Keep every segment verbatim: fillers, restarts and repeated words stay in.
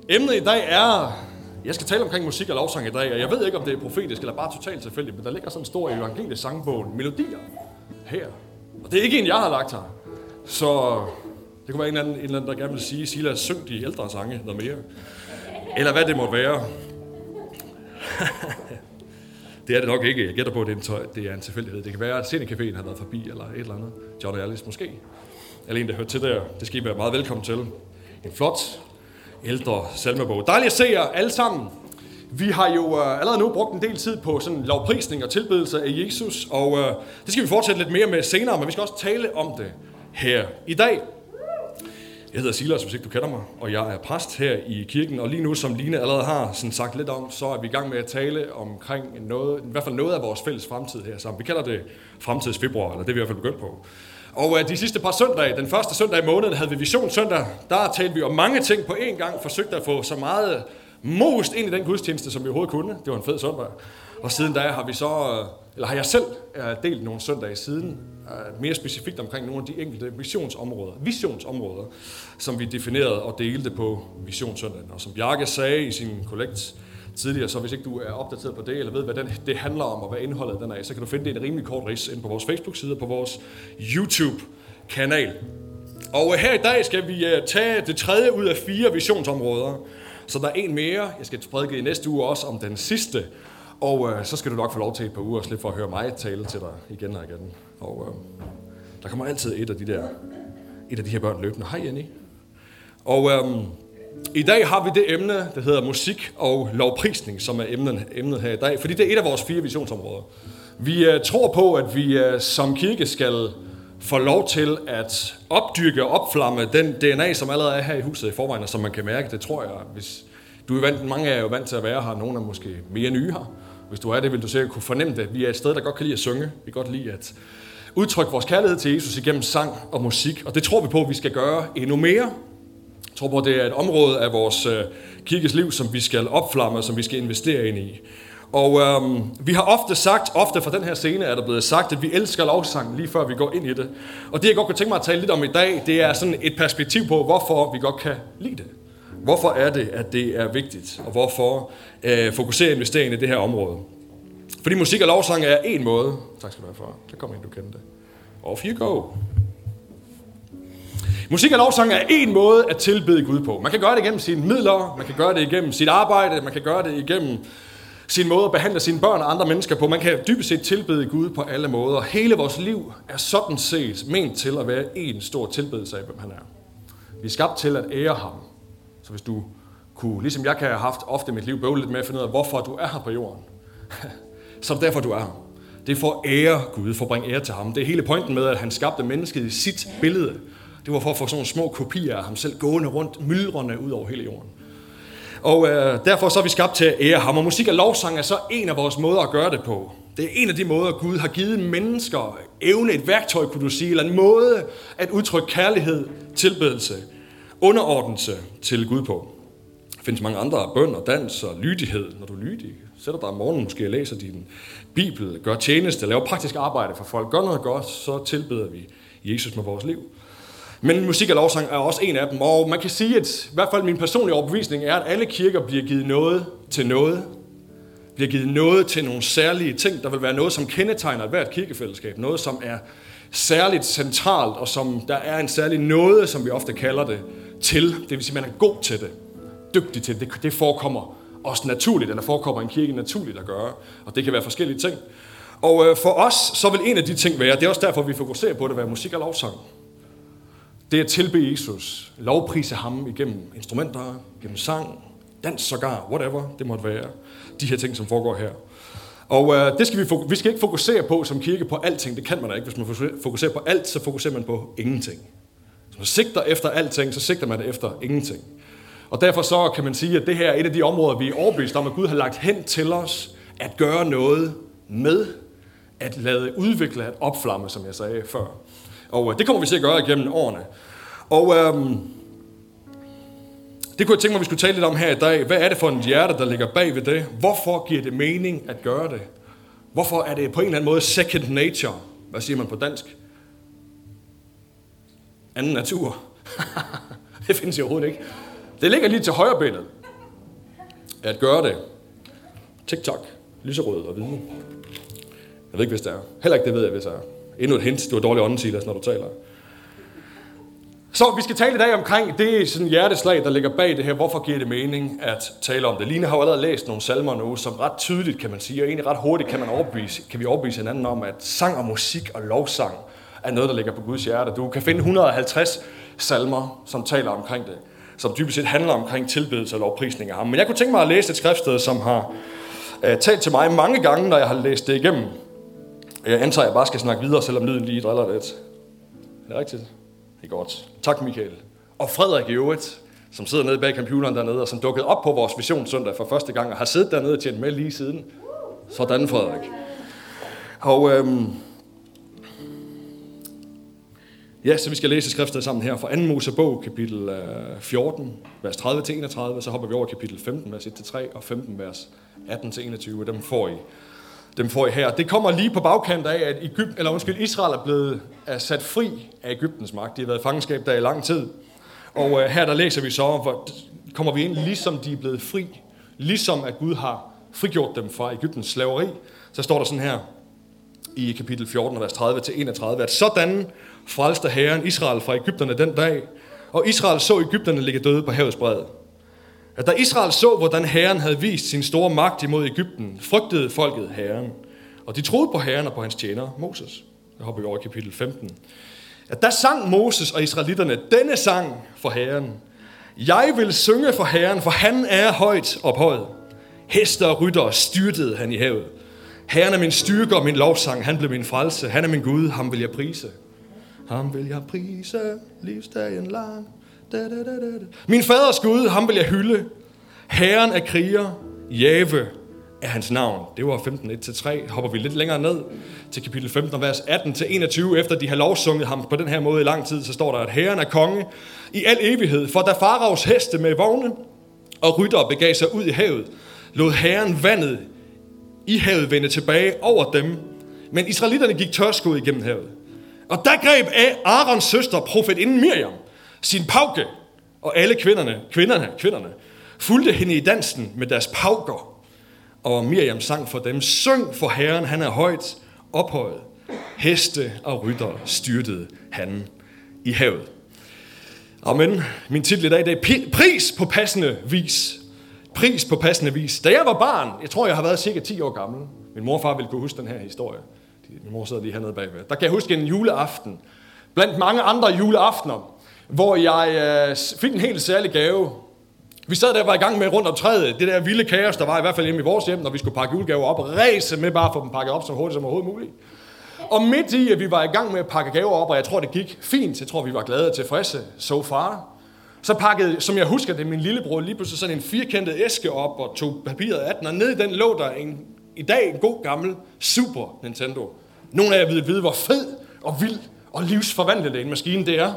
Emnet i dag er, jeg skal tale omkring musik og lovsang i dag, og jeg ved ikke, om det er profetisk eller bare totalt tilfældigt, men der ligger sådan en stor evangelisk sangbog, melodier her. Og det er ikke en, jeg har lagt her. Så det kunne være en eller anden, en eller anden der gerne vil sige, Silas, syng de ældre sange noget mere. Eller hvad det måtte være. Det er det nok ikke. Jeg gætter på, at det er en, det er en tilfældighed. Det kan være, at Scenecaféen har været forbi, eller et eller andet. John og Alice måske. Eller en, der hørte til der. Det skal I være meget velkommen til. En flot, ældre salmebog. Dejligt at se jer alle sammen. Vi har jo uh, allerede nu brugt en del tid på sådan lovprisning og tilbedelse af Jesus, og uh, det skal vi fortsætte lidt mere med senere, men vi skal også tale om det her i dag. Jeg hedder Silas, hvis ikke du kender mig, og jeg er præst her i kirken, og lige nu, som Line allerede har sådan sagt lidt om, så er vi i gang med at tale omkring noget, i hvert fald noget af vores fælles fremtid her sammen. Vi kalder det fremtidsfebruar, eller det er vi i hvert fald begyndt på. Og uh, de sidste par søndage, den første søndag i måneden, havde vi visionssøndag. Der talte vi om mange ting på én gang, forsøgte at få så meget most ind i den gudstjeneste, som vi overhovedet kunne. Det var en fed søndag. Og siden da har vi så, eller har jeg selv delt nogle søndage siden, mere specifikt omkring nogle af de enkelte visionsområder, visionsområder, som vi definerede og delte på visionssøndagen. Og som Bjarke sagde i sin kollekt tidligere, så hvis ikke du er opdateret på det, eller ved, hvad den, det handler om, og hvad indholdet den er, så kan du finde det i en rimelig kort rids ind på vores Facebook-side og på vores YouTube-kanal. Og her i dag skal vi tage det tredje ud af fire visionsområder. Så der er en mere. Jeg skal prædike i næste uge også om den sidste. Og øh, så skal du nok få lov til et par uger at slippe for at høre mig tale til dig igen og igen. Og øh, der kommer altid et af de der, et af de her børn løbende. Hej Jenny. Og øh, i dag har vi det emne, der hedder musik og lovprisning, som er emnet, emnet her i dag. Fordi det er et af vores fire visionsområder. Vi øh, tror på, at vi øh, som kirke skal få lov til at opdyrke og opflamme den D N A, som allerede er her i huset i forvejen, og som man kan mærke. Det tror jeg, hvis du er vant, mange af jer er jo vant til at være her, nogle er måske mere nye her. Hvis du er det, vil du sikkert kunne fornemme det. Vi er et sted, der godt kan lide at synge. Vi kan godt lide at udtrykke vores kærlighed til Jesus igennem sang og musik, og det tror vi på, at vi skal gøre endnu mere. Jeg tror på, at det er et område af vores kirkes liv, som vi skal opflamme, som vi skal investere ind i. Og øhm, vi har ofte sagt, ofte fra den her scene er der blevet sagt, at vi elsker lovsang, lige før vi går ind i det. Og det jeg godt kunne tænke mig at tale lidt om i dag, det er sådan et perspektiv på, hvorfor vi godt kan lide det. Hvorfor er det, at det er vigtigt, og hvorfor øh, fokuserer investeringen i det her område. Fordi musik og lovsang er en måde. Tak skal du have for. Der kommer en, du kender det. Off you go. Musik og lovsang er en måde at tilbede Gud på. Man kan gøre det igennem sine midler, man kan gøre det igennem sit arbejde, man kan gøre det igennem sin måde at behandle sine børn og andre mennesker på. Man kan dybest set tilbede Gud på alle måder. Hele vores liv er sådan set ment til at være en stor tilbedelse af, hvem han er. Vi er skabt til at ære ham. Så hvis du kunne, ligesom jeg kan have haft ofte i mit liv, bøvle lidt med at finde ud af, hvorfor du er her på jorden. Så er det derfor, du er her. Det er for at ære Gud, for at bringe ære til ham. Det er hele pointen med, at han skabte mennesket i sit billede. Det var for at få sådan nogle små kopier af ham selv gående rundt, myldrende ud over hele jorden. Og øh, derfor så er vi skabt til at ære ham. Og musik og lovsang er så en af vores måder at gøre det på. Det er en af de måder, Gud har givet mennesker evne, et værktøj, kunne du sige, eller en måde at udtrykke kærlighed, tilbedelse, underordnelse til Gud på. Der findes mange andre bøn og dans og lydighed, når du er lydig. Sætter dig om morgenen måske og læser din bibel, gør tjeneste, laver praktisk arbejde for folk, gør noget godt, så tilbeder vi Jesus med vores liv. Men musik og lovsang er også en af dem, og man kan sige, at i hvert fald min personlige overbevisning er, at alle kirker bliver givet noget til noget. Bliver givet noget til nogle særlige ting. Der vil være noget, som kendetegner hvert kirkefællesskab. Noget, som er særligt centralt, og som der er en særlig noget, som vi ofte kalder det, til. Det vil sige, at man er god til det, dygtig til det. Det forekommer også naturligt, eller forekommer en kirke naturligt at gøre. Og det kan være forskellige ting. Og øh, for os, så vil en af de ting være, det er også derfor, vi fokuserer på det, at være musik og lovsang. Det er at tilbede Jesus, lovprise ham igennem instrumenter, gennem sang, dans sågar, whatever det måtte være. De her ting, som foregår her. Og øh, det skal vi, vi skal ikke fokusere på som kirke på alting, det kan man da ikke. Hvis man fokuserer på alt, så fokuserer man på ingenting. Hvis man sigter efter alting, så sigter man efter ingenting. Og derfor så kan man sige, at det her er et af de områder, vi er overbevist om, at Gud har lagt hen til os, at gøre noget med, at lade udvikle, at opflamme, som jeg sagde før. Og øh, det kommer vi til at gøre igennem årene. Og øhm, det kunne jeg tænke mig, at vi skulle tale lidt om her i dag. Hvad er det for en hjerte, der ligger bag ved det? Hvorfor giver det mening at gøre det? Hvorfor er det på en eller anden måde second nature? Hvad siger man på dansk? Anden natur. Det findes jo overhovedet ikke. Det ligger lige til højre benet. at gøre det. TikTok, lyserød og hvide. Jeg ved ikke, hvis det er. Heller ikke det ved jeg, hvis det er. Endnu et hint, du er dårlig ånden, Silas, når du taler. Så vi skal tale i dag omkring det sådan hjerteslag, der ligger bag det her. Hvorfor giver det mening at tale om det? Line har jo allerede læst nogle salmer nu, som ret tydeligt kan man sige, og egentlig ret hurtigt kan, man overbevise, kan vi overbevise hinanden om, at sang og musik og lovsang er noget, der ligger på Guds hjerte. Du kan finde et hundrede og halvtreds salmer, som taler omkring det, som dybest set handler omkring tilbedelse og lovprisning af ham. Men jeg kunne tænke mig at læse et skriftsted, som har uh, talt til mig mange gange, når jeg har læst det igennem. Jeg antager, at jeg bare skal snakke videre, selvom lyden lige driller lidt. Er det rigtigt? Det er godt. Tak, Michael. Og Frederik i øvrigt, som sidder nede bag computeren dernede, og som dukkede op på vores visionssøndag for første gang, og har siddet dernede og tjent med lige siden. Sådan, Frederik. Og øhm, ja, så vi skal læse skriftet sammen her fra anden Mosebog, kapitel fjorten, vers tredive til enogtredive, så hopper vi over kapitel femten, vers et til tre, og femten, vers atten til enogtyve. Dem får I. Dem får I her. Det kommer lige på bagkant af, at Egypt, eller undskyld, Israel er blevet er sat fri af Egyptens magt. De har været i fangenskab der i lang tid. Og uh, her der læser vi så, hvor kommer vi ind, ligesom de er blevet fri. Ligesom at Gud har frigjort dem fra Egyptens slaveri. Så står der sådan her i kapitel fjorten, vers tredive til enogtredive, at sådan frelste Herren Israel fra Egypterne den dag, og Israel så Egypterne ligge døde på havets bred. At da Israel så, hvordan Herren havde vist sin store magt imod Egypten, frygtede folket Herren. Og de troede på Herren og på hans tjener, Moses. Jeg hopper vi over i kapitel femten. At der sang Moses og israelitterne denne sang for Herren. Jeg vil synge for Herren, for han er højt ophøjet. Heste og ryttere styrtede han i havet. Herren er min styrke og min lovsang, han blev min frelse. Han er min Gud, ham vil jeg prise. Ham vil jeg prise, livsdagen lang. Da, da, da, da. Min faders Gud, ham vil jeg hylde. Herren er kriger, Jave er hans navn. Det var femten, et til tre. Hopper vi lidt længere ned til kapitel femten, vers atten til enogtyve. Efter de har lovsunget ham på den her måde i lang tid, så står der, at Herren er konge i al evighed. For da Faraos heste med vogne og ryttere begav sig ud i havet, lod Herren vandet i havet vende tilbage over dem. Men israelitterne gik tørskud igennem havet. Og der greb Aarons søster, profetinden Miriam, sin pauke, og alle kvinderne, kvinderne, kvinderne, fulgte hende i dansen med deres pauker. Og Miriam sang for dem, syng for Herren, han er højt ophøjet. Heste og rytter styrtede han i havet. Amen. Min titel i dag, det er pris på passende vis. Pris på passende vis. Da jeg var barn, jeg tror, jeg har været cirka ti år gammel. Min mor og far ville kunne huske den her historie. Min mor sidder lige hernede bagved. Der kan jeg huske en juleaften, blandt mange andre juleaftener, hvor jeg øh, fik en helt særlig gave. Vi sad der og var i gang med rundt om træet, det der vilde kaos, der var i hvert fald hjemme i vores hjem, når vi skulle pakke julegaver op, og ræse med bare at få dem pakket op så hurtigt som overhovedet muligt. Og midt i, at vi var i gang med at pakke gaver op, og jeg tror, det gik fint, jeg tror, vi var glade og tilfredse so far, så pakkede, som jeg husker det, min lillebror lige pludselig sådan en firkantet æske op, og tog papiret af den, og nede i den lå der en, i dag en god gammel Super Nintendo. Nogle af jer vil vide, hvor fed og vild og livsforvandlende en maskine det er.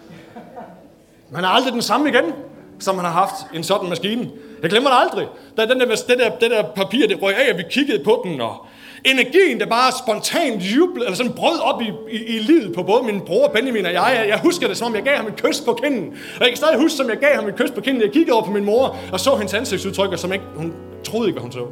Man er aldrig den samme igen, som man har haft en sådan maskine. Jeg glemmer det aldrig. Da den der, det, der, det der papir, det røg af, og vi kiggede på den, og energien, der bare spontant jublede, eller sådan brød op i, i, i livet på både min bror Benjamin og jeg. Jeg husker det, som om jeg gav ham et kys på kinden. Og jeg kan stadig huske, som jeg gav ham et kys på kinden. Jeg kiggede over på min mor, og så hendes ansigtsudtryk, og som ikke, hun troede ikke, hvad hun så.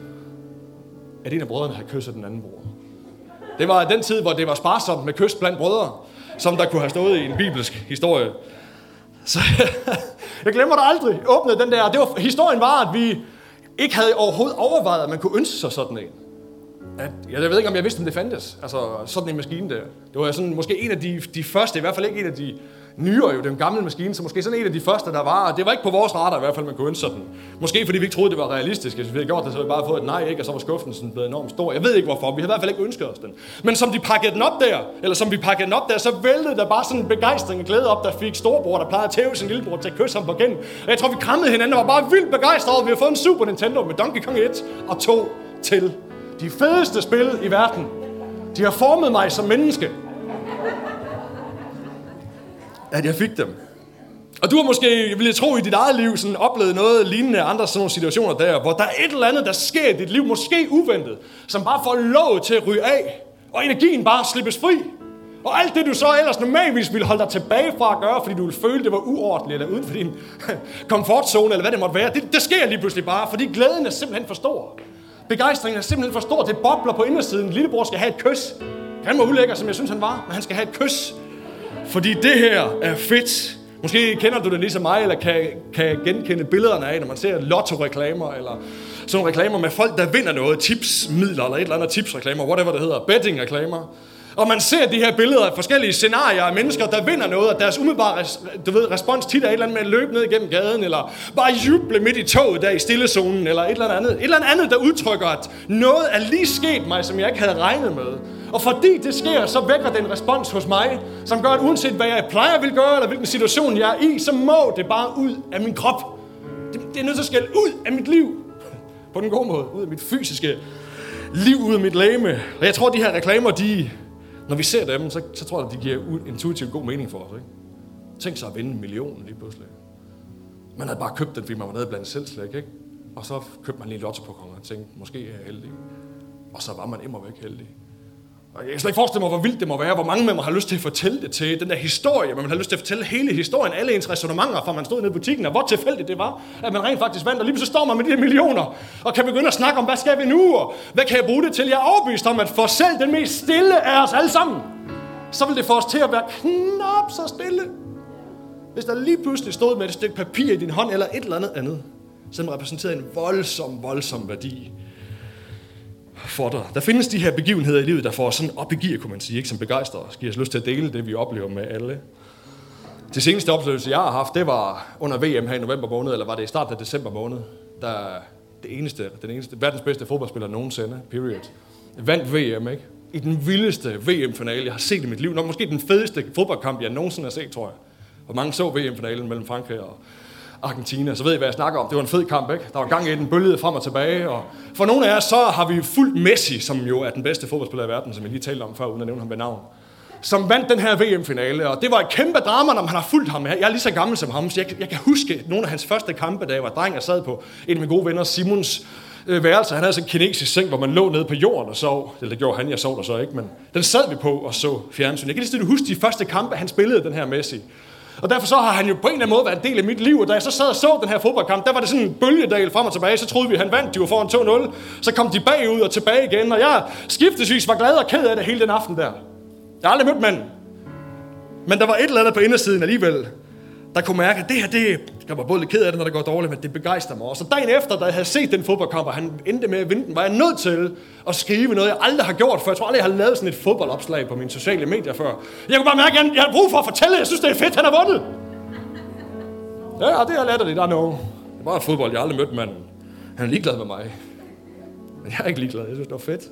At en af brødrene havde kysset den anden bror. Det var den tid, hvor det var sparsomt med kys blandt brødre, som der kunne have stået i en bibelsk historie. Så jeg glemmer det aldrig. Åbnede den der. Det var, historien var, at vi ikke havde overhovedet overvejet, at man kunne ønske sig sådan en. At, jeg ved ikke, om jeg vidste, om det fandtes. Altså sådan en maskine der. Det var sådan, måske en af de, de første, i hvert fald ikke en af de nyere, jo den gamle maskine, så måske sådan en af de første, der var. Det var ikke på vores radar i hvert fald, man kunne ønske sådan. Måske fordi vi ikke troede, det var realistisk. Hvis vi havde gjort det, så havde vi bare fået et nej, ikke? Og så var skuffelsen blevet enormt stor. Jeg ved ikke hvorfor, vi havde i hvert fald ikke ønsket os den. Men som de pakkede den op der, eller som vi pakkede den op der, så væltede der bare sådan en begejstring og glæde op, der fik storebror, der plejede at tæve sin lillebror til at kysse ham på kinden. Og jeg tror, vi krammede hinanden og var bare vildt begejstrede over, at vi havde fået en Super Nintendo med Donkey Kong et og to til. De fedeste spil i verden. De har formet mig som menneske. At jeg fik dem. Og du har måske, vil jeg tro, i dit eget liv sådan oplevet noget lignende andre sådan nogle situationer der, hvor der er et eller andet, der sker i dit liv, måske uventet, som bare får lov til at ryge af, og energien bare slippes fri. Og alt det, du så ellers normalvis ville holde dig tilbage fra at gøre, fordi du ville føle, det var uordentligt, eller uden for din komfortzone, eller hvad det måtte være, det, det sker lige pludselig bare, fordi glæden er simpelthen for stor. Begejstringen er simpelthen for stor. Det bobler på indersiden. Lillebror skal have et kys. Han var ulækker, som jeg synes, han var, men han skal have et kys. Fordi det her er fedt. Måske kender du det ligesom mig, eller kan, kan genkende billederne af, når man ser lotto-reklamer, eller sådan nogle reklamer med folk, der vinder noget, tipsmidler, eller et eller andet tipsreklamer, whatever det hedder, betting-reklamer. Og man ser de her billeder af forskellige scenarier af mennesker, der vinder noget, og deres umiddelbare du ved, respons tit er et eller andet med at løbe ned igennem gaden, eller bare juble midt i toget der i stillezonen, eller et eller andet. Et eller andet, der udtrykker, at noget er lige sket mig, som jeg ikke havde regnet med. Og fordi det sker, så vækker det en respons hos mig, som gør, at uanset hvad jeg plejer vil gøre, eller hvilken situation jeg er i, så må det bare ud af min krop. Det, det er nødt til at skælde ud af mit liv. På den gode måde. Ud af mit fysiske liv, ud af mit legeme. Og jeg tror, de her reklamer, de... Når vi ser dem, så, så tror jeg, at de giver intuitivt god mening for os. Ikke? Tænk sig at vinde en million lige pludselig. Man havde bare købt den, fordi man var nede blandt selvslæg, ikke? Og så købte man lige en lotto-pokon og tænkte, måske er jeg heldig. Og så var man immervæk heldig. Og jeg kan slet ikke forestille mig, hvor vildt det må være, hvor mange med mig har lyst til at fortælle det til. Den der historie, man har lyst til at fortælle hele historien, alle ens ræsonnementer, fra man stod nede i butikken, og hvor tilfældigt det var, at man rent faktisk vandt. Og lige så står man med de her millioner, og kan begynde at snakke om, hvad skal vi nu, og hvad kan jeg bruge det til? Jeg er overbevist om, at for selv den mest stille af os alle sammen, så vil det få os til at være knap så stille. Hvis der lige pludselig stod med et stykke papir i din hånd, eller et eller andet andet, som repræsenterede en voldsom, voldsom værdi for dig. Der findes de her begivenheder i livet, der får os sådan op i gear, kunne man sige, ikke, som begejstrer os, giver os lyst til at dele det, vi oplever med alle. Det seneste oplevelse, jeg har haft, det var under V M her i november måned, eller var det i starten af december måned, der det eneste, den eneste, verdens bedste fodboldspiller nogensinde, period, vandt V M, ikke? I den vildeste V M-finale, jeg har set i mit liv. Nok måske den fedeste fodboldkamp, jeg nogensinde har set, tror jeg. Hvor mange så V M-finalen mellem Frankrig og Argentina, så ved I, hvad jeg snakker om. Det var en fed kamp, ikke? Der var gang i den, bølgede frem og tilbage. Og for nogle af jer, så har vi fulgt Messi, som jo er den bedste fodboldspiller i verden, som jeg lige talte om før, uden at nævne ham ved navn, som vandt den her V M-finale. Og det var et kæmpe drama, når man har fulgt ham. Jeg er lige så gammel som ham, så jeg, jeg kan huske nogle af hans første kampe, da jeg var dreng og sad på en af mine gode venner, Simons øh, værelse. Han havde sådan en kinesisk seng, hvor man lå nede på jorden og sov. Eller det gjorde han, jeg sov der så ikke, men den sad vi på og så fjernsyn. Jeg kan lige huske de første kampe, han spillede, den her Messi. Og derfor så har han jo på en eller anden måde været en del af mit liv, og da jeg så sad og så den her fodboldkamp, der var det sådan en bølgedal frem og tilbage, så troede vi, at han vandt, de var foran to nul, så kom de bagud og tilbage igen, og jeg skiftesvis var glad og ked af det hele den aften der. Jeg har aldrig mødt manden, men der var et eller andet på indersiden alligevel, der kunne mærke, at det her, det jeg var både lidt ked af det, når det går dårligt, men det begejstrer mig også. Så dagen efter, da jeg havde set den fodboldkamp, og han endte med at vinde den, var jeg nødt til at skrive noget, jeg aldrig har gjort før. Jeg tror aldrig, jeg har lavet sådan et fodboldopslag på mine sociale medier før. Jeg kunne bare mærke, at jeg havde brug for at fortælle, jeg synes, det er fedt, han har vundet. Ja, og det er latterligt, I know. Det var fodbold, jeg har aldrig mødt manden. Han er ligeglad med mig. Men jeg er ikke ligeglad, jeg synes, det var fedt.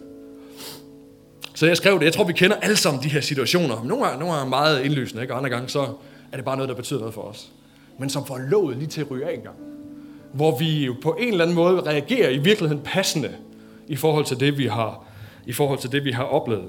Så jeg skrev det, jeg tror, vi kender alle sammen de her situationer. Nogle er, nogle er meget indlysende, ikke? Og andre gange, så er det bare noget, der betyder noget for os. Men som får låget lige til at ryge af en gang. Hvor vi jo på en eller anden måde reagerer i virkeligheden passende i forhold til det, vi har, i forhold til det, vi har oplevet.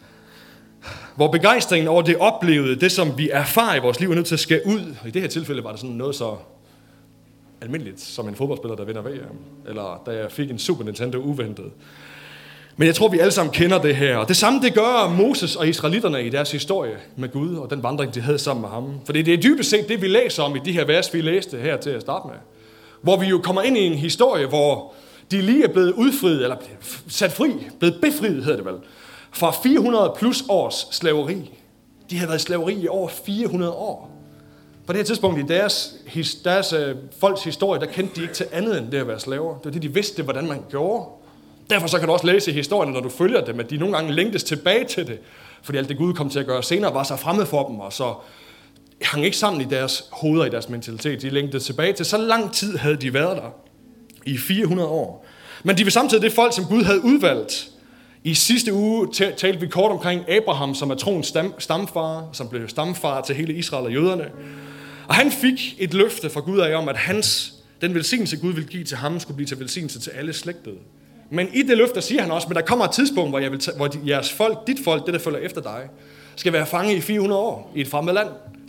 Hvor begejstringen over det oplevede, det som vi erfarer i vores liv, er nødt til at skære ud. Og i det her tilfælde var det sådan noget så almindeligt, som en fodboldspiller, der vinder V M. Eller da jeg fik en Super Nintendo uventet. Men jeg tror, vi alle sammen kender det her. Og det samme, det gør Moses og israelitterne i deres historie med Gud, og den vandring, de havde sammen med ham. For det er dybest set det, vi læser om i de her vers, vi læste her til at starte med. Hvor vi jo kommer ind i en historie, hvor de lige er blevet udfriet, eller sat fri, blevet befriet, hedder det vel, fra fire hundrede plus års slaveri. De havde været i slaveri i over fire hundrede år. På det her tidspunkt i deres, deres øh, folks historie, der kendte de ikke til andet end det at være slaver. Det var det, de vidste, hvordan man gjorde. Derfor så kan du også læse i historien, når du følger dem, at de nogle gange længtes tilbage til det. Fordi alt det Gud kom til at gøre senere, var så fremmed for dem, og så hang ikke sammen i deres hoveder, i deres mentalitet. De længtede tilbage til, så lang tid havde de været der. I fire hundrede år. Men de var samtidig det folk, som Gud havde udvalgt. I sidste uge talte vi kort omkring Abraham, som er troens stam, stamfar, som blev stamfar til hele Israel og jøderne. Og han fik et løfte fra Gud af om, at hans, den velsignelse Gud ville give til ham, skulle blive til velsignelse til alle slægtede. Men i det løfte siger han også, men der kommer et tidspunkt, hvor, jeg vil tage, hvor jeres folk, dit folk, det der følger efter dig, skal være fanget i fire hundrede år i et fremmed land.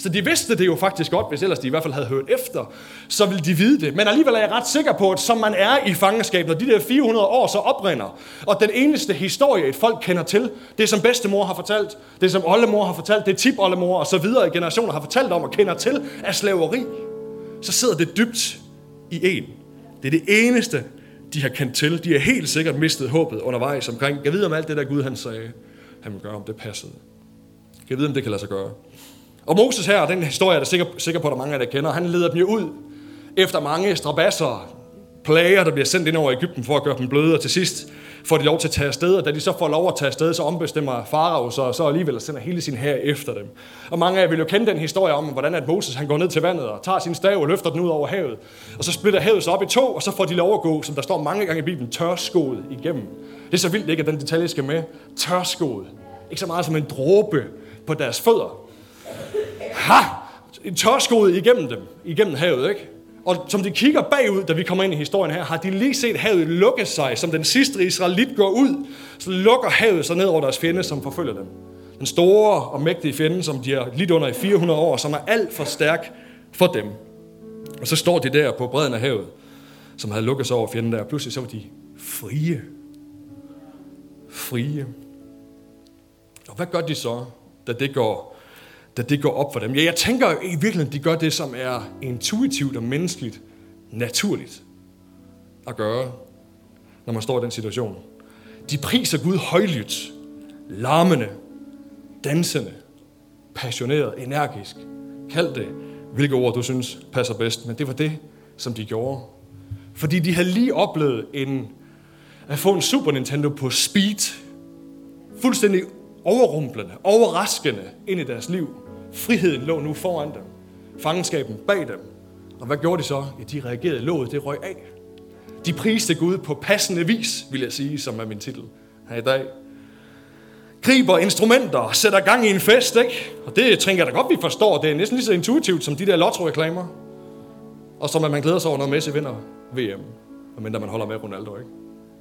Så de vidste det jo faktisk godt, hvis ellers de i hvert fald havde hørt efter, så ville de vide det. Men alligevel er jeg ret sikker på, at som man er i fangenskab, når de der fire hundrede år så oprinder, og den eneste historie, et folk kender til, det som bedstemor har fortalt, det som oldemor har fortalt, det tip-oldemor og så videre i generationer har fortalt om og kender til af slaveri, så sidder det dybt i en. Det er det eneste, de har kendt til. De har helt sikkert mistet håbet undervejs omkring. Jeg ved om alt det der Gud han sagde, han vil gøre, om det passede. Jeg ved om det kan lade sig gøre. Og Moses her, den historie er jeg sikker, sikker på, at der mange af jer kender, han leder dem jo ud efter mange strabasser, plager, der bliver sendt ind over Egypten for at gøre dem bløde, og til sidst får de lov til at tage afsted, og da de så får lov at tage afsted, så ombestemmer Farao så, så alligevel sender hele sin hær efter dem. Og mange af jer vil jo kende den historie om, hvordan at Moses han går ned til vandet og tager sin stav og løfter den ud over havet, og så splitter havet sig op i to, og så får de lov at gå, som der står mange gange i Bibelen, tørskoet igennem. Det er så vildt ikke, at den detalje skal med. Tørskoet. Ikke så meget som en dråbe på deres fødder. Ha! En tørskoet igennem dem, igennem havet, ikke? Og som de kigger bagud, da vi kommer ind i historien her, har de lige set havet lukke sig, som den sidste israelit går ud, så lukker havet sig ned over deres fjende, som forfølger dem. Den store og mægtige fjende, som de har lidt under i fire hundrede år, som er alt for stærk for dem. Og så står de der på bredden af havet, som havde lukket sig over fjenden der, og pludselig så var de frie. Frie. Og hvad gør de så, da det går da det går op for dem? Ja, jeg tænker i virkeligheden, de gør det, som er intuitivt og menneskeligt naturligt at gøre, når man står i den situation. De priser Gud højlydt, larmende, dansende, passioneret, energisk. Kald det, hvilke ord du synes passer bedst, men det var det, som de gjorde. Fordi de havde lige oplevet en, at få en Super Nintendo på speed, fuldstændig overrumplende, overraskende ind i deres liv. Friheden lå nu foran dem. Fangenskaben bag dem. Og hvad gjorde de så? Ja, de reagerede. Låget, det røg af. De priste Gud på passende vis, vil jeg sige, som er min titel her i dag. Griber instrumenter og sætter gang i en fest, ikke? Og det tænker jeg da godt, vi forstår. Det er næsten lige så intuitivt som de der lotto-reklamer. Og som at man glæder sig over, når Messi vinder V M. Medmindre man holder med Ronaldo, ikke?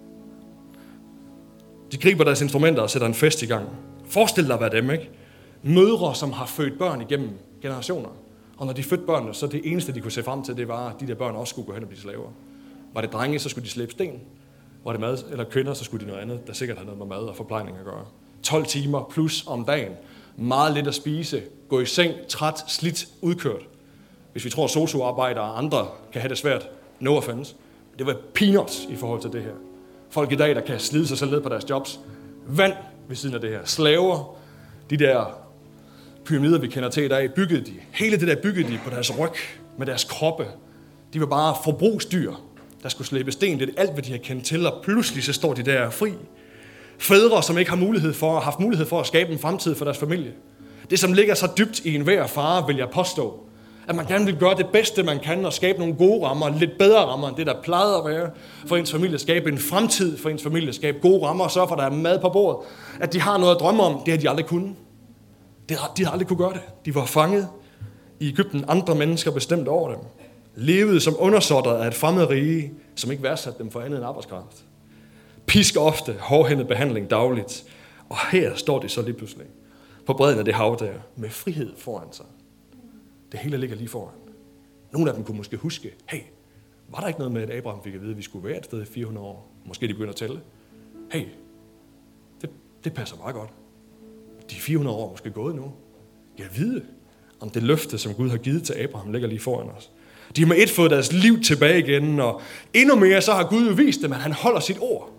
De griber deres instrumenter og sætter en fest i gang. Forestil dig at være dem, ikke? Mødre, som har født børn igennem generationer. Og når de fødte børnene, så det eneste, de kunne se frem til, det var, at de der børn også skulle gå hen og blive slaver. Var det drenge, så skulle de slæbe sten. Var det mad, eller kvinder, så skulle de noget andet, der sikkert havde noget med mad og forplejning at gøre. tolv timer plus om dagen. Meget lidt at spise. Gå i seng, træt, slidt, udkørt. Hvis vi tror, at sosu-arbejdere og andre kan have det svært, no offense. Det var peanuts i forhold til det her. Folk i dag, der kan slide sig selv ned på deres jobs. Vand ved siden af det her. Slaver. De der pyramider, vi kender til i dag, byggede de. Hele det der byggede de på deres ryg, med deres kroppe. De var bare forbrugsdyr, der skulle slæbe sten. Det er alt, hvad de har kendt til, og pludselig så står de der fri. Fædre, som ikke har mulighed for, har haft mulighed for at skabe en fremtid for deres familie. Det, som ligger så dybt i enhver far, vil jeg påstå. At man gerne vil gøre det bedste, man kan, og skabe nogle gode rammer, lidt bedre rammer, end det, der plejede at være, for ens familie, skabe en fremtid for ens familie, skabe gode rammer, og sørge for, at der er mad på bordet. At de har noget at drømme om, det har de aldrig kunnet. De har aldrig kunne gøre det. De var fanget i Egypten, andre mennesker bestemt over dem. Levede som undersåtter af et fremmed rige, som ikke værdsatte dem for andet end arbejdskraft. Pisk ofte, hårdhændet behandling dagligt. Og her står de så lige pludselig på bredden af det hav der, med frihed foran sig. Det hele ligger lige foran. Nogle af dem kunne måske huske, hey, var der ikke noget med, at Abraham fik at vide, at vi skulle være et sted i fire hundrede år? Måske de begynder at tælle. Hey, det, det passer meget godt. De fire hundrede år er måske gået nu. Jeg ved, om det løfte, som Gud har givet til Abraham, ligger lige foran os. De har med et fået deres liv tilbage igen, og endnu mere så har Gud jo vist dem, at han holder sit ord.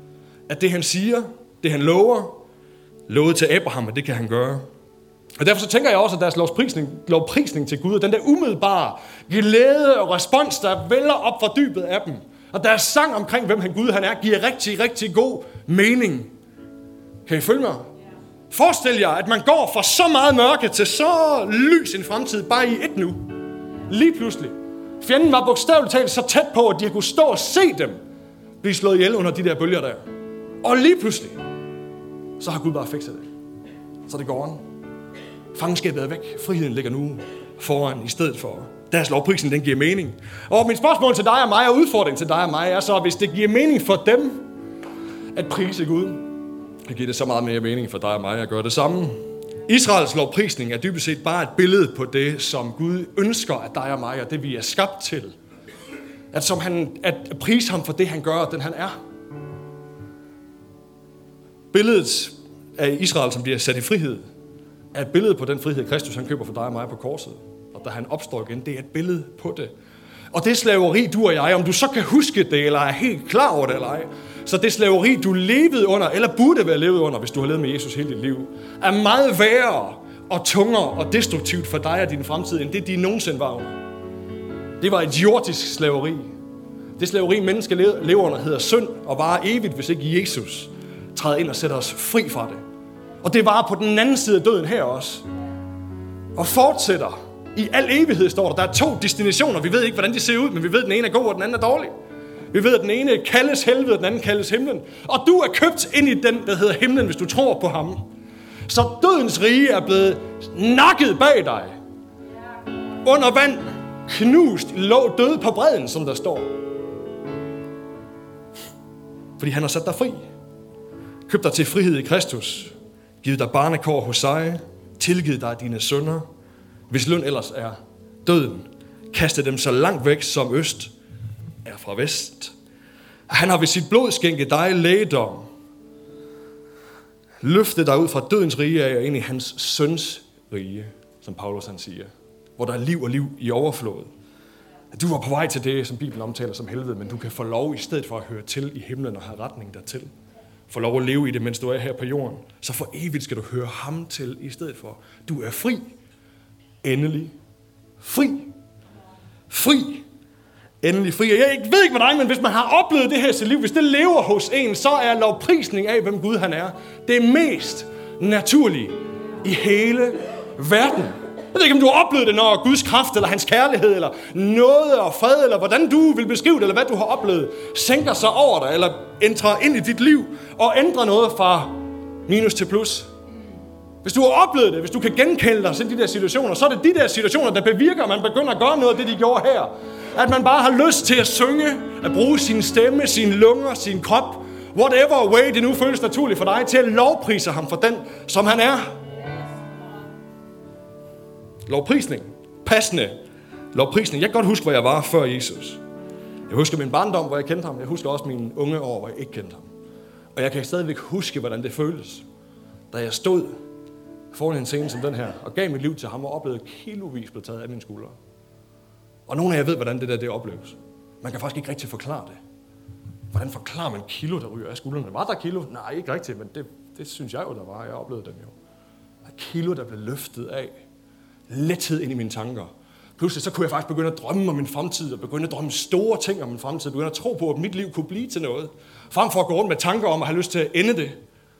At det han siger, det han lover, lovet til Abraham, at det kan han gøre. Og derfor så tænker jeg også, at deres lovprisning, lovprisning til Gud, og den der umiddelbare glæde og respons, der vælger op fra dybet af dem, og deres sang omkring, hvem han Gud han er, giver rigtig, rigtig god mening. Kan I følge mig? Forestil jer, at man går fra så meget mørke til så lys en fremtid, bare i et nu. Lige pludselig. Fjenden var bogstaveligt talt så tæt på, at de kunne stå og se dem blive slået ihjel under de der bølger der. Og lige pludselig, så har Gud bare fikset det. Så det går an. Fangenskabet er væk. Friheden ligger nu foran i stedet for. Deres lovprisen, den giver mening. Og mit spørgsmål til dig og mig, og udfordring til dig og mig, er så, hvis det giver mening for dem at prise Gud, så giver det så meget mere mening for dig og mig at gøre det samme. Israels lovprisning er dybest set bare et billede på det, som Gud ønsker af dig og mig, og det vi er skabt til. At, som han, at prise ham for det, han gør, og den han er. Billedet af Israel, som bliver sat i frihed, er et billede på den frihed, Kristus han køber for dig og mig på korset. Og da han opstår igen, det er et billede på det. Og det slaveri, du og jeg, om du så kan huske det, eller er helt klar over det, eller ej, så det slaveri, du levede under, eller burde være levet under, hvis du har levet med Jesus hele dit liv, er meget værre og tungere og destruktivt for dig og din fremtid, end det, de nogensinde var under. Det var et jordisk slaveri. Det slaveri, mennesker lever under, hedder synd, og varer evigt, hvis ikke Jesus træder ind og sætter os fri fra det. Og det varer på den anden side af døden her også. Og fortsætter. I al evighed står der, der er to destinationer. Vi ved ikke, hvordan de ser ud, men vi ved, at den ene er god, og den anden er dårlig. Vi ved, at den ene kaldes helvede, og den anden kaldes himlen. Og du er købt ind i den, der hedder himlen, hvis du tror på ham. Så dødens rige er blevet nakket bag dig. Under vand, knust, lå døde på bredden, som der står. Fordi han har sat dig fri. Købt dig til frihed i Kristus. Givet dig barnekår hos sig. Tilgivet dig dine synder. Hvis løn ellers er døden. Kaste dem så langt væk som øst er fra vest. Han har ved sit blod skænket dig lægedom. Løftet dig ud fra dødens rige af og ind i hans søns rige, som Paulus han siger. Hvor der er liv og liv i overflod. Du var på vej til det, som Bibelen omtaler som helvede, men du kan få lov i stedet for at høre til i himlen og have retning dertil. Få lov at leve i det, mens du er her på jorden. Så for evigt skal du høre ham til i stedet for. Du er fri. Endelig fri. Fri. Endelig fri. Jeg ved ikke med dig, men hvis man har oplevet det her i sit liv, hvis det lever hos en, så er lovprisning af, hvem Gud han er, det mest naturlige i hele verden. Jeg ved ikke, om du har oplevet det, når Guds kraft, eller hans kærlighed, eller noget og fred, eller hvordan du vil beskrive det, eller hvad du har oplevet, sænker sig over dig, eller ændrer ind i dit liv, og ændrer noget fra minus til plus. Hvis du har oplevet det, hvis du kan genkende dig til de der situationer, så er det de der situationer, der bevirker, at man begynder at gøre noget af det, de gjorde her. At man bare har lyst til at synge, at bruge sin stemme, sine lunger, sin krop, whatever way det nu føles naturligt for dig, til at lovprise ham for den, som han er. Lovprisning. Passende lovprisning. Jeg kan godt huske, hvor jeg var før Jesus. Jeg husker min barndom, hvor jeg kendte ham. Jeg husker også mine unge år, hvor jeg ikke kendte ham. Og jeg kan stadigvæk huske, hvordan det føltes, da jeg stod foran en scene som den her, og gav mit liv til ham og oplevede kilovis blev taget af mine skuldre. Og nogle af jer ved, hvordan det der det opleves. Man kan faktisk ikke rigtig forklare det. Hvordan forklarer man kilo, der ryger af skuldrene? Var der kilo? Nej, ikke rigtigt, men det, det synes jeg jo, der var. Jeg oplevede dem jo. Der kilo, der blev løftet af. Lethed ind i mine tanker. Pludselig så kunne jeg faktisk begynde at drømme om min fremtid, og begynde at drømme store ting om min fremtid, begynde at tro på, at mit liv kunne blive til noget. Frem for at gå rundt med tanker om at have lyst til at ende det.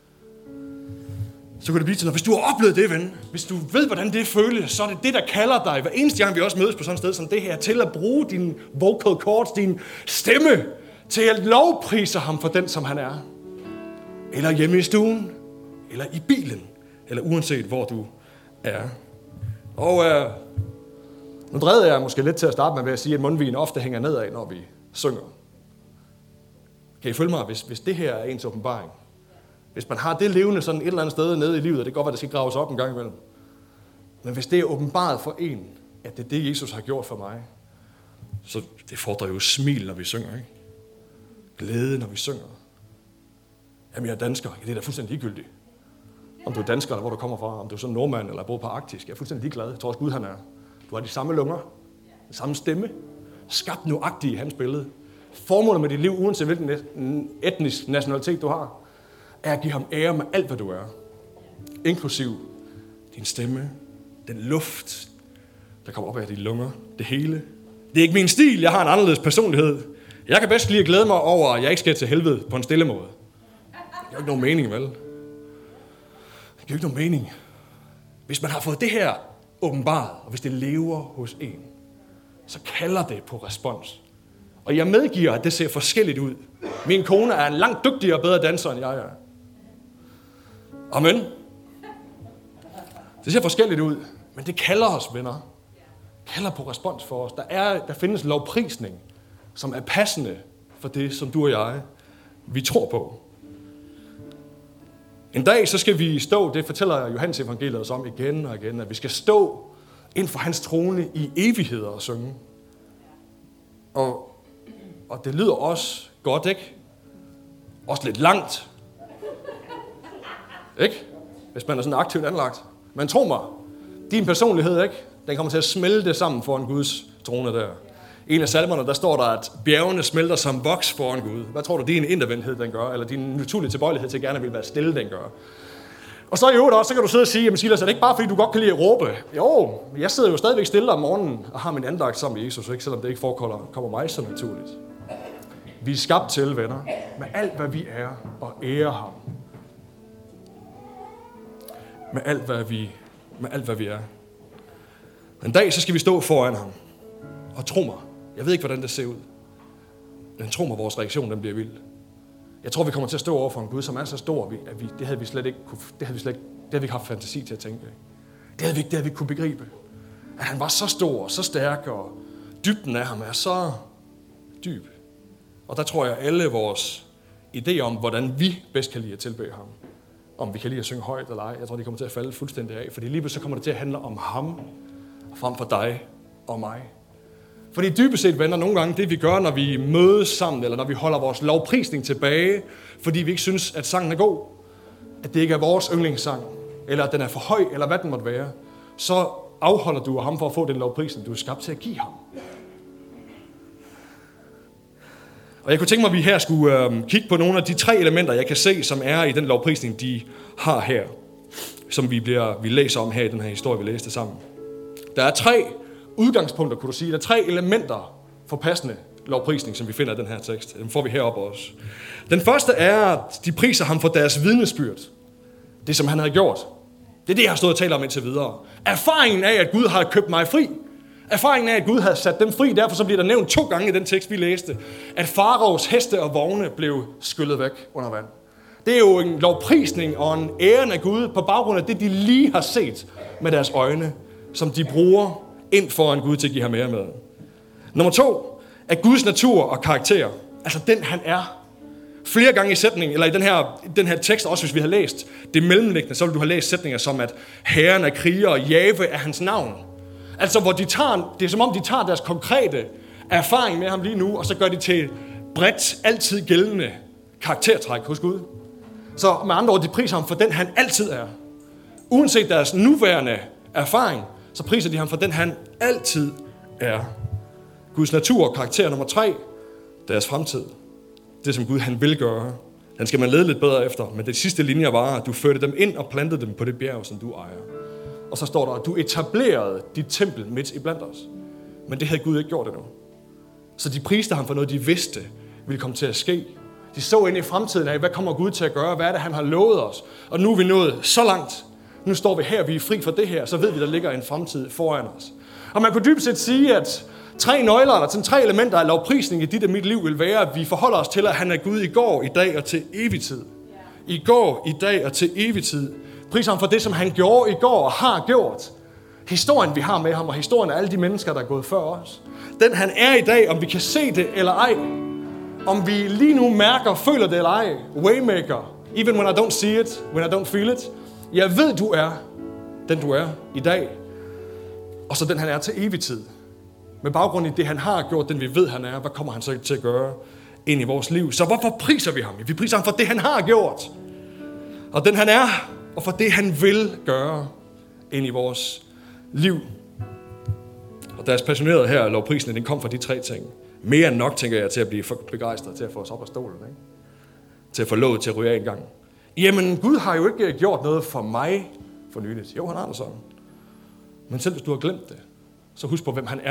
Så kunne det blive til noget. Hvis du har oplevet det, ven, hvis du ved, hvordan det føles, så er det det, der kalder dig, hver eneste gang vi også mødes på sådan et sted som det her, til at bruge din vocal cords, din stemme, til at lovprise ham for den, som han er. Eller hjemme i stuen, eller i bilen, eller uanset hvor du er. Og øh, nu drejede jeg måske lidt til at starte med ved at sige, at mundvigen ofte hænger nedad, når vi synger. Kan I følge mig, hvis, hvis det her er ens åbenbaring? Hvis man har det levende sådan et eller andet sted nede i livet, og det kan godt være, det skal graves op en gang imellem. Men hvis det er åbenbaret for en, at det er det, Jesus har gjort for mig, så det fordrer jo smil, når vi synger, ikke? Glæde, når vi synger. Jamen, jeg er dansker. Det er da fuldstændig ligegyldigt. Om du er dansker, eller hvor du kommer fra, om du er sådan en nordmand, eller bor på Arktisk. Jeg er fuldstændig ligeglad. Jeg tror også Gud, han er. Du har de samme lunger, den samme stemme, skabt nuagtigt i hans billede. Formålet med dit liv, uanset hvilken etnisk nationalitet du har, er at give ham ære med alt, hvad du er. Inklusiv din stemme, den luft, der kommer op af dine lunger, det hele. Det er ikke min stil, jeg har en anderledes personlighed. Jeg kan bedst lige at glæde mig over, at jeg ikke skal til helvede på en stille måde. Det er jo ikke nogen mening, vel? Det giver ikke nogen mening. Hvis man har fået det her åbenbaret, og hvis det lever hos en, så kalder det på respons. Og jeg medgiver, at det ser forskelligt ud. Min kone er en langt dygtigere og bedre danser, end jeg er. Amen. Det ser forskelligt ud, men det kalder os, venner. Kalder på respons for os. Der, er, der findes lovprisning, som er passende for det, som du og jeg, vi tror på. En dag så skal vi stå, det fortæller Johannes evangeliet os om igen og igen, at vi skal stå ind for hans trone i evigheder og synge. Og, og det lyder også godt, ikke? Også lidt langt. Ikke? Hvis man er sådan aktivt anlagt. Men tro mig, din personlighed, ikke? Den kommer til at smelte sammen foran Guds trone der. En af salmerne, der står der, at bjergene smelter som voks foran Gud. Hvad tror du, din indadvendthed, den gør? Eller din naturlige tilbøjelighed til at gerne vil være stille, den gør? Og så i øvrigt også, så kan du sidde og sige, jamen Silas, er det ikke bare fordi, du godt kan lide at råbe? Jo, jeg sidder jo stadigvæk stille om morgenen og har min andagt sammen med Jesus, ikke? Selvom det ikke forekommer kommer mig så naturligt. Vi er skabt til, venner, med alt, hvad vi er, og ære ham. Med alt, hvad vi, med alt, hvad vi er. En dag, så skal vi stå foran ham. Og tro mig, jeg ved ikke, hvordan det ser ud. Men tro mig, vores reaktion, den bliver vild. Jeg tror, vi kommer til at stå over for en Gud, som er så stor, at vi, det havde vi slet ikke, det havde vi slet ikke, det havde vi ikke haft fantasi til at tænke. Det havde vi ikke, det havde vi ikke kunne begribe. At han var så stor og så stærk, og dybden af ham er så dyb. Og der tror jeg, alle vores idéer om, hvordan vi bedst kan lide at tilbede ham, om vi kan lide at synge højt eller ej, jeg tror, de kommer til at falde fuldstændig af. Fordi lige pludselig så kommer det til at handle om ham, frem for dig og mig. Fordi dybest set, venner, nogle gange det vi gør, når vi mødes sammen, eller når vi holder vores lovprisning tilbage, fordi vi ikke synes, at sangen er god, at det ikke er vores yndlingssang, eller at den er for høj, eller hvad den måtte være, så afholder du ham for at få den lovprisning, du er skabt til at give ham. Og jeg kunne tænke mig, at vi her skulle øh, kigge på nogle af de tre elementer, jeg kan se, som er i den lovprisning, de har her, som vi, bliver, vi læser om her i den her historie, vi læste sammen. Der er tre udgangspunkter, kunne du sige. Der er tre elementer for passende lovprisning, som vi finder i den her tekst. Dem får vi heroppe også. Den første er, at de priser ham for deres vidnesbyrd. Det, som han har gjort. Det er det, jeg har stået og talt om indtil videre. Erfaringen af, at Gud har købt mig fri. Erfaringen af, at Gud havde sat dem fri. Derfor så bliver der nævnt to gange i den tekst, vi læste, at faraos heste og vogne blev skyllet væk under vand. Det er jo en lovprisning og en æren af Gud på baggrund af det, de lige har set med deres øjne, som de bruger ind foran Gud til at give ham ære med. Nummer to, at Guds natur og karakter, altså den han er. Flere gange i sætningen, eller i den her, den her tekst, også hvis vi har læst det mellemliggende, så vil du have læst sætninger som, at Herren er kriger, og Jave er hans navn. Altså hvor de tager, det er som om de tager deres konkrete erfaring med ham lige nu, og så gør de til bredt, altid gældende karaktertræk hos Gud. Så med andre ord, de priser ham for den han altid er. Uanset deres nuværende erfaring, så priser de ham for den, han altid er. Guds natur og karakter nummer tre, deres fremtid. Det, som Gud han vil gøre. Den skal man lede lidt bedre efter, men det sidste linje var, at du førte dem ind og plantede dem på det bjerg, som du ejer. Og så står der, at du etablerede dit tempel midt i blandt os. Men det havde Gud ikke gjort endnu. Så de priste ham for noget, de vidste ville komme til at ske. De så ind i fremtiden af, hvad kommer Gud til at gøre? Hvad er det, han har lovet os? Og nu er vi nået så langt. Nu står vi her, vi er fri for det her, så ved vi, der ligger en fremtid foran os. Og man kunne dybest set sige, at tre nøgler, eller sådan tre elementer af lovprisning i dit og mit liv vil være, at vi forholder os til, at han er Gud i går, i dag og til evig tid. I går, i dag og til evig tid. Priser ham for det, som han gjorde i går og har gjort. Historien, vi har med ham, og historien af alle de mennesker, der er gået før os. Den han er i dag, om vi kan se det eller ej. Om vi lige nu mærker, føler det eller ej. Waymaker. Even when I don't see it, when I don't feel it. Jeg ved, du er den, du er i dag. Og så den, han er til evig tid. Med baggrund i det, han har gjort, den vi ved, han er, hvad kommer han så til at gøre ind i vores liv? Så hvorfor priser vi ham? Vi priser ham for det, han har gjort. Og den, han er, og for det, han vil gøre ind i vores liv. Og deres passionerede her, lovprisen, den kom fra de tre ting. Mere end nok, tænker jeg, til at blive begejstret, til at få os op af stolen, ikke? Til at få lov til at ryge af en gang. Jamen, Gud har jo ikke gjort noget for mig for nyligt. Jo, han har det sådan. Men selv hvis du har glemt det, så husk på, hvem han er.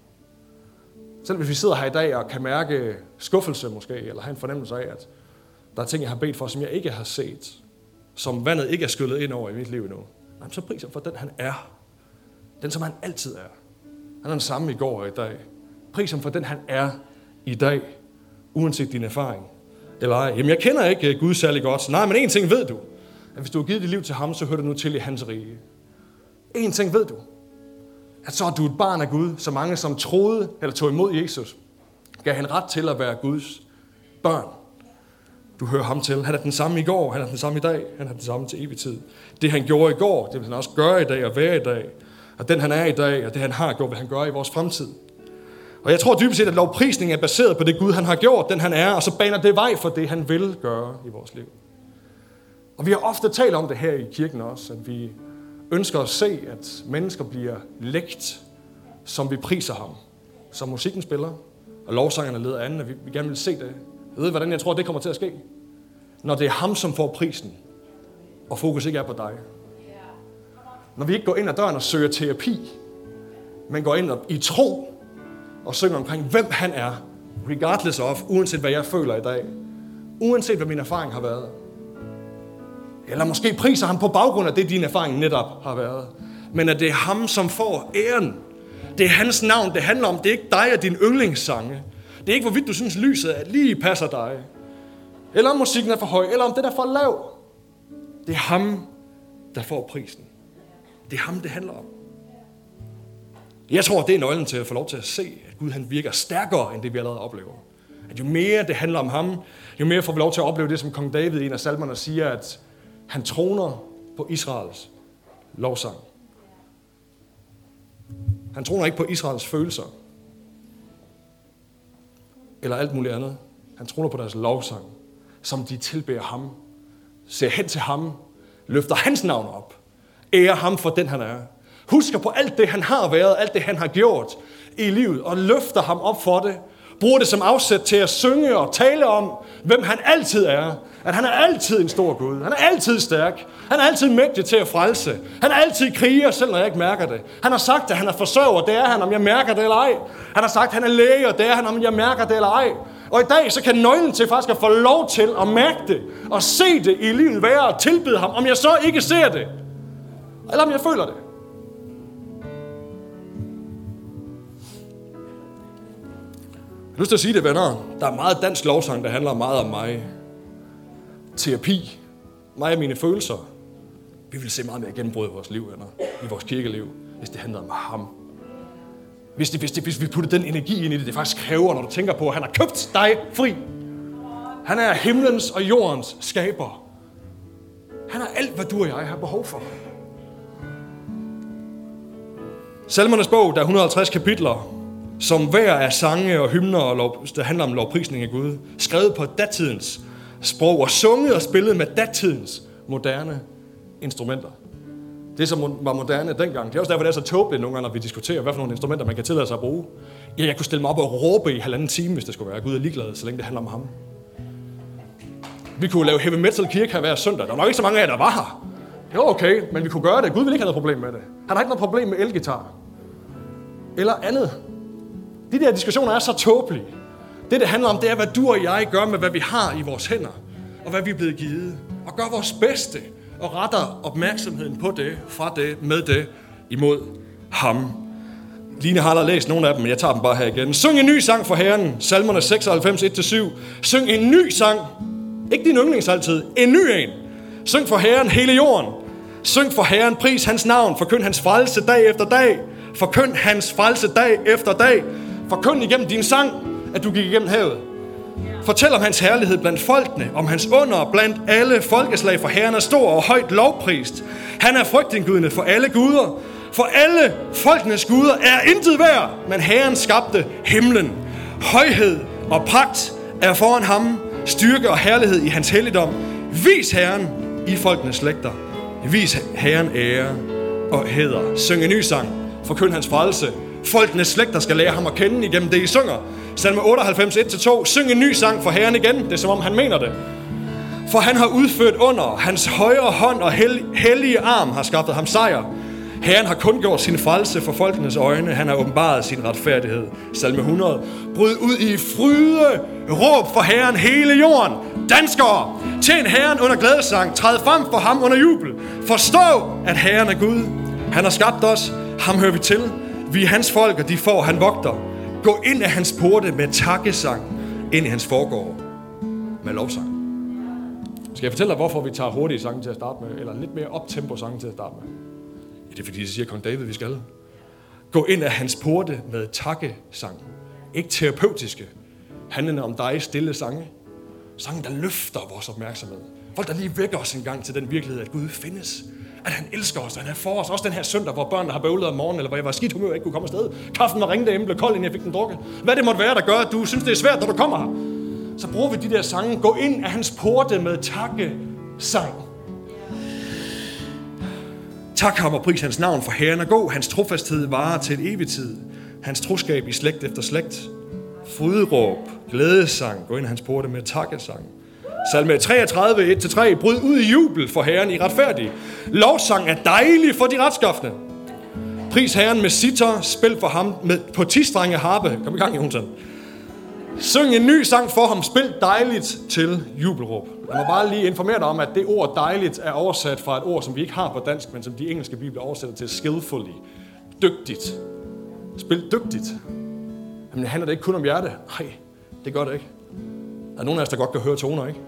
Selv hvis vi sidder her i dag og kan mærke skuffelse måske, eller have en fornemmelse af, at der er ting, jeg har bedt for, som jeg ikke har set, som vandet ikke er skyllet ind over i mit liv endnu, så priser for den, han er. Den, som han altid er. Han er den samme i går og i dag. Pris ham for den, han er i dag, uanset din erfaring. Eller ej. Jamen, jeg kender ikke Gud særlig godt. Nej, men en ting ved du. At hvis du har givet dit liv til ham, så hører du nu til i hans rige. En ting ved du. At så er du et barn af Gud, så mange som troede eller tog imod Jesus, gav han ret til at være Guds børn. du hører ham til. Han er den samme i går, han er den samme i dag, han er den samme til evig tid. Det han gjorde i går, det vil han også gøre i dag og være i dag. Og den han er i dag, og det han har gjort, vil han gøre i vores fremtid. Og jeg tror dybest set, at lovprisningen er baseret på det Gud, han har gjort, den han er, og så baner det vej for det, han vil gøre i vores liv. Og vi har ofte talt om det her i kirken også, at vi ønsker at se, at mennesker bliver lægt, som vi priser ham. Som musikken spiller, og lovsangerne leder an, og vi, vi gerne vil se det. Jeg ved, hvordan jeg tror, det kommer til at ske. Når det er ham, som får prisen, og fokus ikke er på dig. Når vi ikke går ind ad døren og søger terapi, men går ind i tro, og synger omkring, hvem han er, regardless of, uanset hvad jeg føler i dag, uanset hvad min erfaring har været. Eller måske priser ham på baggrund af det, din erfaring netop har været. Men at det er ham, som får æren. Det er hans navn, det handler om. Det er ikke dig og din yndlingssange. Det er ikke, hvorvidt du synes, lyset lige passer dig. Eller om musikken er for høj, eller om det er for lav. Det er ham, der får prisen. Det er ham, det handler om. Jeg tror, det er nøglen til at få lov til at se, at Gud han virker stærkere, end det vi allerede oplever. At jo mere det handler om ham, jo mere får vi lov til at opleve det, som kong David i en af salmerne siger, at han troner på Israels lovsang. Han troner ikke på Israels følelser. Eller alt muligt andet. Han troner på deres lovsang, som de tilbeder ham. Ser hen til ham. Løfter hans navn op. Ærer ham for den han er. Husker på alt det han har været, alt det han har gjort i livet. Og løfter ham op for det. Bruger det som afsæt til at synge og tale om, hvem han altid er. At han er altid en stor Gud. Han er altid stærk. Han er altid mægtig til at frelse. Han er altid kriger, selv når jeg ikke mærker det. Han har sagt, at han er forsørger. Det er han, om jeg mærker det eller ej. Han har sagt, at han er læge, og det er han, om jeg mærker det eller ej. Og i dag, så kan nøglen til faktisk at få lov til at mærke det, og se det i livet være, og tilbede ham, om jeg så ikke ser det. Eller om jeg føler det. Jeg har lyst til at sige det, venner. Der er meget dansk lovsang, der handler meget om mig. Terapi. Mig og mine følelser. Vi vil se meget mere gennembrud i vores liv, venner. I vores kirkeliv. Hvis det handler om ham. Hvis, det, hvis, det, hvis vi putter den energi ind i det, det faktisk kræver, når du tænker på, at han har købt dig fri. Han er himlens og jordens skaber. Han er alt, hvad du og jeg har behov for. Salmernes bog, der er et hundrede og halvtreds kapitler, som hver af sange og hymner, og lov, der handler om lovprisning af Gud, skrevet på datidens sprog og sunget og spillet med datidens moderne instrumenter. Det, som var moderne dengang, det er også derfor, det er så tåbeligt nogle gange, når vi diskuterer, hvad for nogle instrumenter man kan tillade sig at bruge. Ja, jeg kunne stille mig op og råbe i halvanden time, hvis det skulle være. Gud er ligeglad, så længe det handler om ham. Vi kunne lave heavy metal kirke her hver søndag. Der var nok ikke så mange af jer, der var her. Det var okay, men vi kunne gøre det. Gud ville ikke have noget problem med det. Han har ikke noget problem med elgitar. Eller andet. De der diskussioner er så tåbelige. Det, det handler om, det er, hvad du og jeg gør med, hvad vi har i vores hænder. Og hvad vi er blevet givet. Og gør vores bedste. Og retter opmærksomheden på det, fra det, med det, imod ham. Line har allerede læst nogle af dem, men jeg tager dem bare her igen. Syng en ny sang for Herren. Salmerne seksoghalvfems, et til syv. Syng en ny sang. Ikke din yndlings altid. En ny en. Syng for Herren hele jorden. Syng for Herren, pris hans navn. Forkynd hans frelse dag efter dag. Forkynd hans frelse dag efter dag. Forkynd igennem din sang, at du gik igennem havet. Fortæl om hans herlighed blandt folkene, om hans under blandt alle folkeslag, for Herren er stor og højt lovprist. Han er frygtindgydende for alle guder. For alle folkenes guder er intet værd, men Herren skabte himlen. Højhed og pragt er foran ham, styrke og herlighed i hans helligdom. Vis Herren i folkenes slægter. Vis Herren ære og hæder. Syng en ny sang. Forkynd hans frelse. Folkenes slægter skal lære ham at kende igennem det, I synger. Salme otteoghalvfems, et til to. Syng en ny sang for Herren igen. Det er som om han mener det. For han har udført under. Hans højre hånd og hel- hellige arm har skaffet ham sejr. Herren har kun gjort sin frelse for folkenes øjne. Han har åbenbaret sin retfærdighed. Salme hundrede. Bryd ud i fryde. Råb for Herren hele jorden. Danskere, tjen Herren under glædesang. Træd frem for ham under jubel. Forstå, at Herren er Gud. Han har skabt os. Ham hører vi til. Vi er hans folk, og de får, han vogter. Gå ind af hans porte med takkesang. Ind i hans forgård med lovsang. Skal jeg fortælle dig, hvorfor vi tager hurtige sange til at starte med? Eller lidt mere optempo sange til at starte med? Ja, det er fordi, det siger kong David, vi skal. Gå ind af hans porte med takkesang. Ikke terapeutiske. Handlende om dig stille sange. Sange, der løfter vores opmærksomhed. Folk, der lige vækker os en gang til den virkelighed, at Gud findes. At han elsker os, at han er for os. Også den her søndag, hvor børnene har bøvlet om morgenen, eller hvor jeg var skidt humør og ikke kunne komme afsted. Kaffen var ringet derhjemme, blev kold, inden jeg fik den drukket. Hvad det måtte være, der gør, at du synes, det er svært, når du kommer her. Så bruger vi de der sange. Gå ind af hans porte med takkesang. Tak ham og pris hans navn, for Herren er god. Hans trofasthed varer til evig tid. Hans troskab i slægt efter slægt. Fryderåb, glædesang. Gå ind af hans porte med takkesang. Salme treogtredive, et til tre. Bryd ud i jubel for Herren i retfærdig. Lovsang er dejlig for de retskafne. Pris Herren med sitar. Spil for ham med, på ti-strenge harpe. Kom i gang, Jonsen. Syng en ny sang for ham. Spil dejligt til jubelråb. Lad mig bare lige informere dig om, at det ord dejligt er oversat fra et ord, som vi ikke har på dansk, men som de engelske bibler oversætter til skillfully. Dygtigt. Spil dygtigt. Jamen, handler det ikke kun om hjerte? Nej, det gør det ikke. Der er nogen af os, der godt kan høre toner, ikke?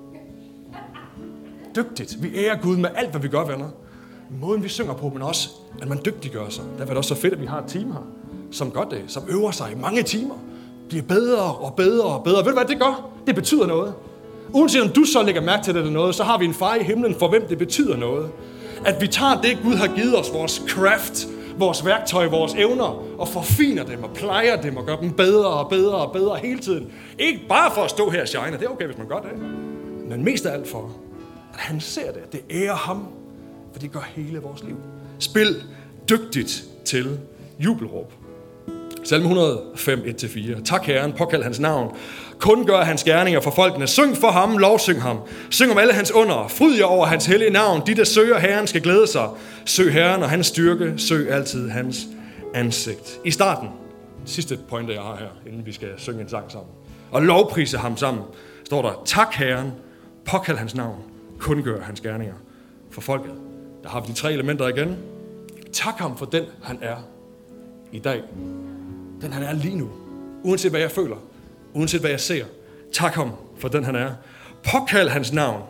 Dygtigt. Vi ærer Gud med alt, hvad vi gør, venner. Måden, vi synger på, men også, at man dygtiggør sig. Derfor er det også så fedt, at vi har et team her, som gør det, som øver sig i mange timer. Bliver bedre og bedre og bedre. Ved du, hvad det gør? Det betyder noget. Uanset om du så lægger mærke til det eller noget, så har vi en far i himlen, for hvem det betyder noget. At vi tager det, Gud har givet os, vores craft, vores værktøj, vores evner, og forfiner dem og plejer dem og gør dem bedre og bedre og bedre hele tiden. Ikke bare for at stå her og shine, det er okay, hvis man gør det, men mest af alt for, at han ser det, det ærer ham, for det gør hele vores liv. Spil dygtigt til jubelråb. Salme et hundrede og fem, et til fire. Tak Herren, påkald hans navn. Kun gør hans gerninger for folkene. Syng for ham, lovsyng ham. Syng om alle hans under. Fryd jer over hans hellige navn. De, der søger Herren, skal glæde sig. Søg Herren og hans styrke. Søg altid hans ansigt. I starten, sidste pointe jeg har her, inden vi skal synge en sang sammen, og lovprise ham sammen, står der, tak Herren, påkald hans navn. Kun gør hans gerninger for folket. Der har vi de tre elementer igen. Tak ham for den, han er i dag. Den han er lige nu. Uanset hvad jeg føler. Uanset hvad jeg ser. Tak ham for den han er. Påkald hans navn.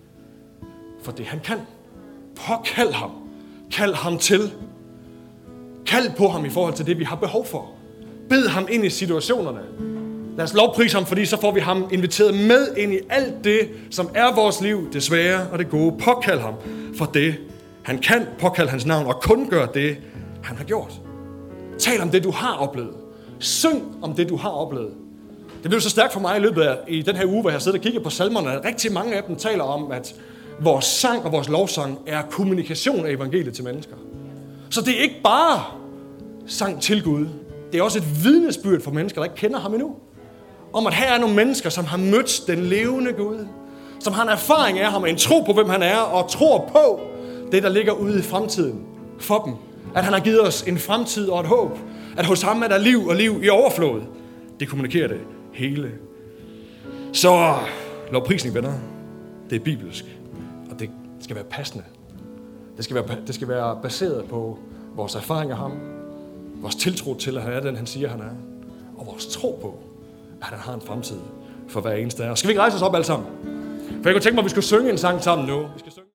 For det han kan. Påkald ham. Kald ham til. Kald på ham i forhold til det vi har behov for. Bed ham ind i situationerne. Lad os lovprise ham, fordi så får vi ham inviteret med ind i alt det, som er vores liv, det svære og det gode. Påkald ham for det han kan. Påkald hans navn og kun gør det han har gjort. Tal om det, du har oplevet. Syng om det, du har oplevet. Det blev så stærkt for mig i løbet af i den her uge, hvor jeg sidder og kigger på salmerne, at rigtig mange af dem taler om, at vores sang og vores lovsang er kommunikation af evangeliet til mennesker. Så det er ikke bare sang til Gud. Det er også et vidnesbyrd for mennesker, der ikke kender ham endnu. Om at her er nogle mennesker, som har mødt den levende Gud. Som har en erfaring af ham, og en tro på, hvem han er, og tror på det, der ligger ude i fremtiden for dem. At han har givet os en fremtid og et håb. At hos ham er der liv og liv i overflod. Det kommunikerer det hele. Så lovprisning, venner, det er bibelsk. Og det skal være passende. Det skal være, det skal være baseret på vores erfaring af ham. Vores tiltro til, at han er den, han siger, han er. Og vores tro på, at han har en fremtid for hver eneste af os. Skal vi ikke rejse os op alle sammen? For jeg kunne tænke mig, at vi skulle synge en sang sammen nu. Vi skal synge